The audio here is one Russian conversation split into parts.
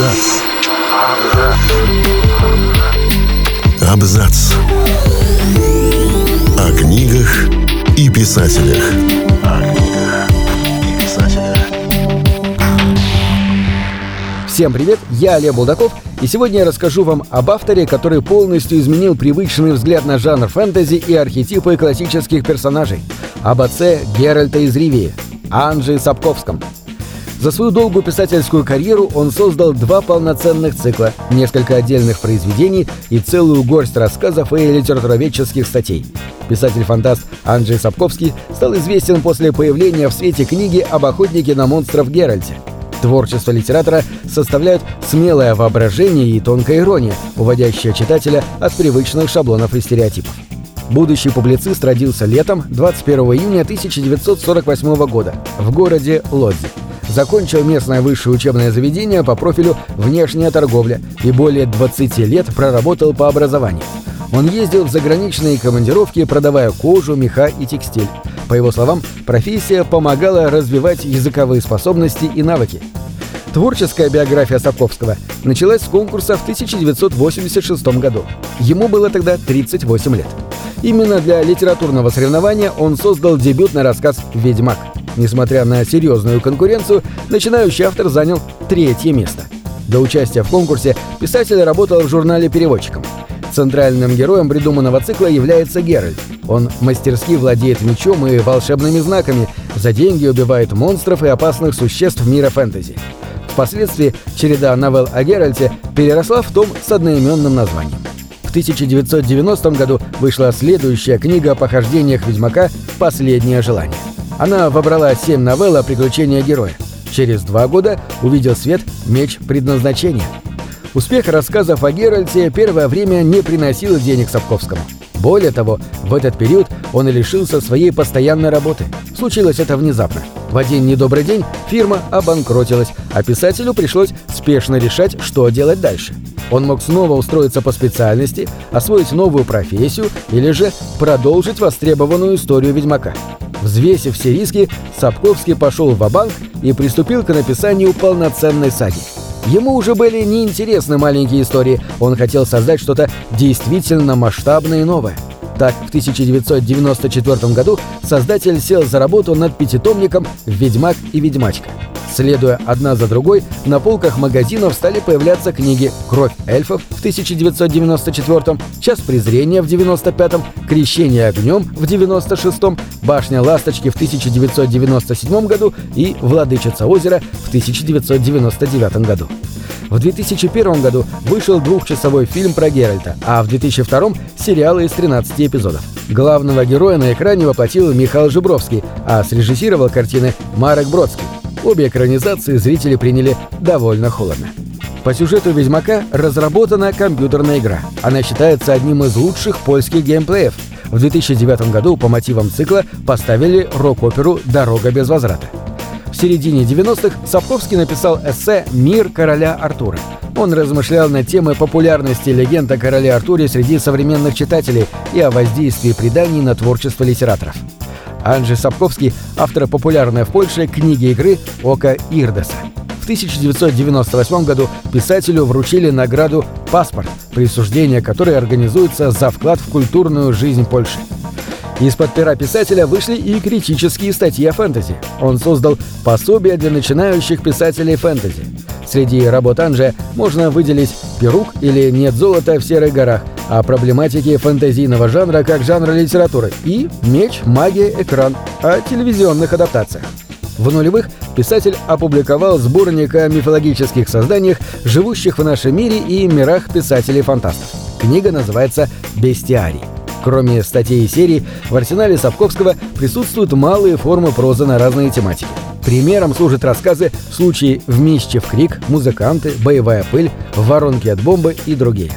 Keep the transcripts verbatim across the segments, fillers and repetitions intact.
Абзац. Абзац. О книгах и писателях. О книгах и писателях. Всем привет, я Олег Булдаков, и сегодня я расскажу вам об авторе, который полностью изменил привычный взгляд на жанр фэнтези и архетипы классических персонажей. Об отце Геральта из Ривии, Анджи Сапковском. За свою долгую писательскую карьеру он создал два полноценных цикла, несколько отдельных произведений и целую горсть рассказов и литературоведческих статей. Писатель-фантаст Анджи Сапковский стал известен после появления в свете книги об охотнике на монстров Геральте. Творчество литератора составляют смелое воображение и тонкая ирония, уводящая читателя от привычных шаблонов и стереотипов. Будущий публицист родился летом двадцать первого июня тысяча девятьсот сорок восьмого года в городе Лодзи. Закончил местное высшее учебное заведение по профилю «Внешняя торговля» и более двадцати лет проработал по образованию. Он ездил в заграничные командировки, продавая кожу, меха и текстиль. По его словам, профессия помогала развивать языковые способности и навыки. Творческая биография Сапковского началась с конкурса в тысяча девятьсот восемьдесят шестом году. Ему было тогда тридцать восемь лет. Именно для литературного соревнования он создал дебютный рассказ «Ведьмак». Несмотря на серьезную конкуренцию, начинающий автор занял третье место. До участия в конкурсе писатель работал в журнале переводчиком. Центральным героем придуманного цикла является Геральт. Он мастерски владеет мечом и волшебными знаками, за деньги убивает монстров и опасных существ мира фэнтези. Впоследствии череда новелл о Геральте переросла в том с одноименным названием. В тысяча девятьсот девяностом году вышла следующая книга о похождениях Ведьмака «Последнее желание». Она вобрала семь новелл о приключениях героя. Через два года увидел свет «Меч предназначения». Успех рассказов о Геральте первое время не приносил денег Сапковскому. Более того, в этот период он и лишился своей постоянной работы. Случилось это внезапно. В один недобрый день фирма обанкротилась, а писателю пришлось спешно решать, что делать дальше. Он мог снова устроиться по специальности, освоить новую профессию или же продолжить востребованную историю Ведьмака. Взвесив все риски, Сапковский пошел ва-банк и приступил к написанию полноценной саги. Ему уже были неинтересны маленькие истории, он хотел создать что-то действительно масштабное и новое. Так, в тысяча девятьсот девяносто четвёртом году создатель сел за работу над пятитомником «Ведьмак и ведьмачка». Следуя одна за другой, на полках магазинов стали появляться книги «Кровь эльфов» в тысяча девятьсот девяносто четвёртом, «Час презрения» в девяносто пятом, «Крещение огнем» в девяносто шестом, «Башня ласточки» в тысяча девятьсот девяносто седьмом году и «Владычица озера» в тысяча девятьсот девяносто девятом году. В две тысячи первом году вышел двухчасовой фильм про Геральта, а в две тысячи втором — сериал из тринадцати эпизодов. Главного героя на экране воплотил Михаил Жибровский, а срежиссировал картины Марек Бродский. Обе экранизации зрители приняли довольно холодно. По сюжету «Ведьмака» разработана компьютерная игра. Она считается одним из лучших польских геймплеев. В две тысячи девятом году по мотивам цикла поставили рок-оперу «Дорога без возврата». В середине девяностых Сапковский написал эссе «Мир короля Артура». Он размышлял над темой популярности легенд о короле Артуре среди современных читателей и о воздействии преданий на творчество литераторов. Анджи Сапковский – автор популярной в Польше книги игры «Око Ирдеса». В тысяча девятьсот девяносто восьмом году писателю вручили награду «Паспорт», присуждение которой организуется за вклад в культурную жизнь Польши. Из-под пера писателя вышли и критические статьи о фэнтези. Он создал пособие для начинающих писателей фэнтези. Среди работ Анджи можно выделить «Перук» или «Нет золота в серых горах», о проблематике фэнтезийного жанра как жанра литературы и «Меч, магия, экран» о телевизионных адаптациях. В нулевых писатель опубликовал сборник о мифологических созданиях, живущих в нашем мире и мирах писателей-фантастов. Книга называется «Бестиарий». Кроме статей и серий, в арсенале Сапковского присутствуют малые формы прозы на разные тематики. Примером служат рассказы «Случаи в Мисчев Крик», «Музыканты», «Боевая пыль», «Воронки от бомбы» и другие.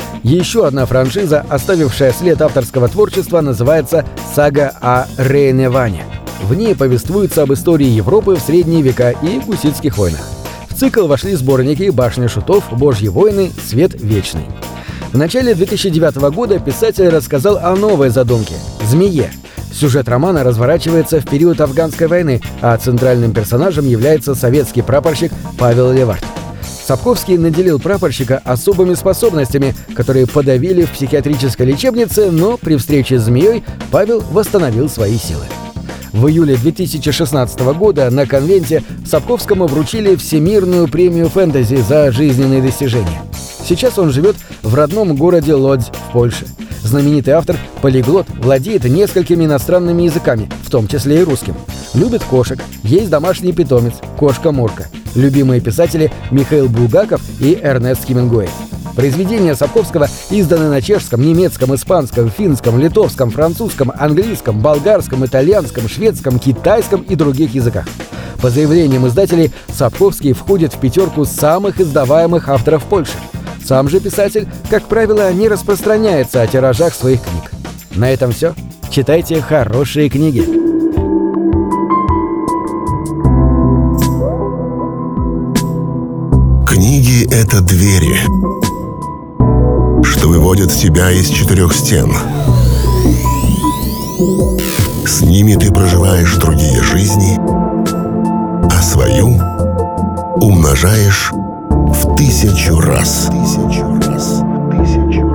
Еще одна франшиза, оставившая след авторского творчества, называется «Сага о Рейне Ване». В ней повествуется об истории Европы в средние века и гуситских войнах. В цикл вошли сборники «Башня шутов», «Божьи войны», «Свет вечный». В начале две тысячи девятого года писатель рассказал о новой задумке – «Змее». Сюжет романа разворачивается в период афганской войны, а центральным персонажем является советский прапорщик Павел Левард. Сапковский наделил прапорщика особыми способностями, которые подавили в психиатрической лечебнице, но при встрече с змеей Павел восстановил свои силы. В июле две тысячи шестнадцатого года на конвенте Сапковскому вручили Всемирную премию фэнтези за жизненные достижения. Сейчас он живет в родном городе Лодзь в Польше. Знаменитый автор – полиглот, владеет несколькими иностранными языками, в том числе и русским. Любит кошек, есть домашний питомец – кошка-мурка. Любимые писатели – Михаил Булгаков и Эрнест Хемингуэй. Произведения Сапковского изданы на чешском, немецком, испанском, финском, литовском, французском, английском, болгарском, итальянском, шведском, китайском и других языках. По заявлениям издателей, Сапковский входит в пятерку самых издаваемых авторов Польши. Сам же писатель, как правило, не распространяется о тиражах своих книг. На этом все. Читайте хорошие книги. Книги — это двери, что выводят тебя из четырех стен. С ними ты проживаешь другие жизни, а свою умножаешь в тысячу раз. Тысячу раз. Тысячу.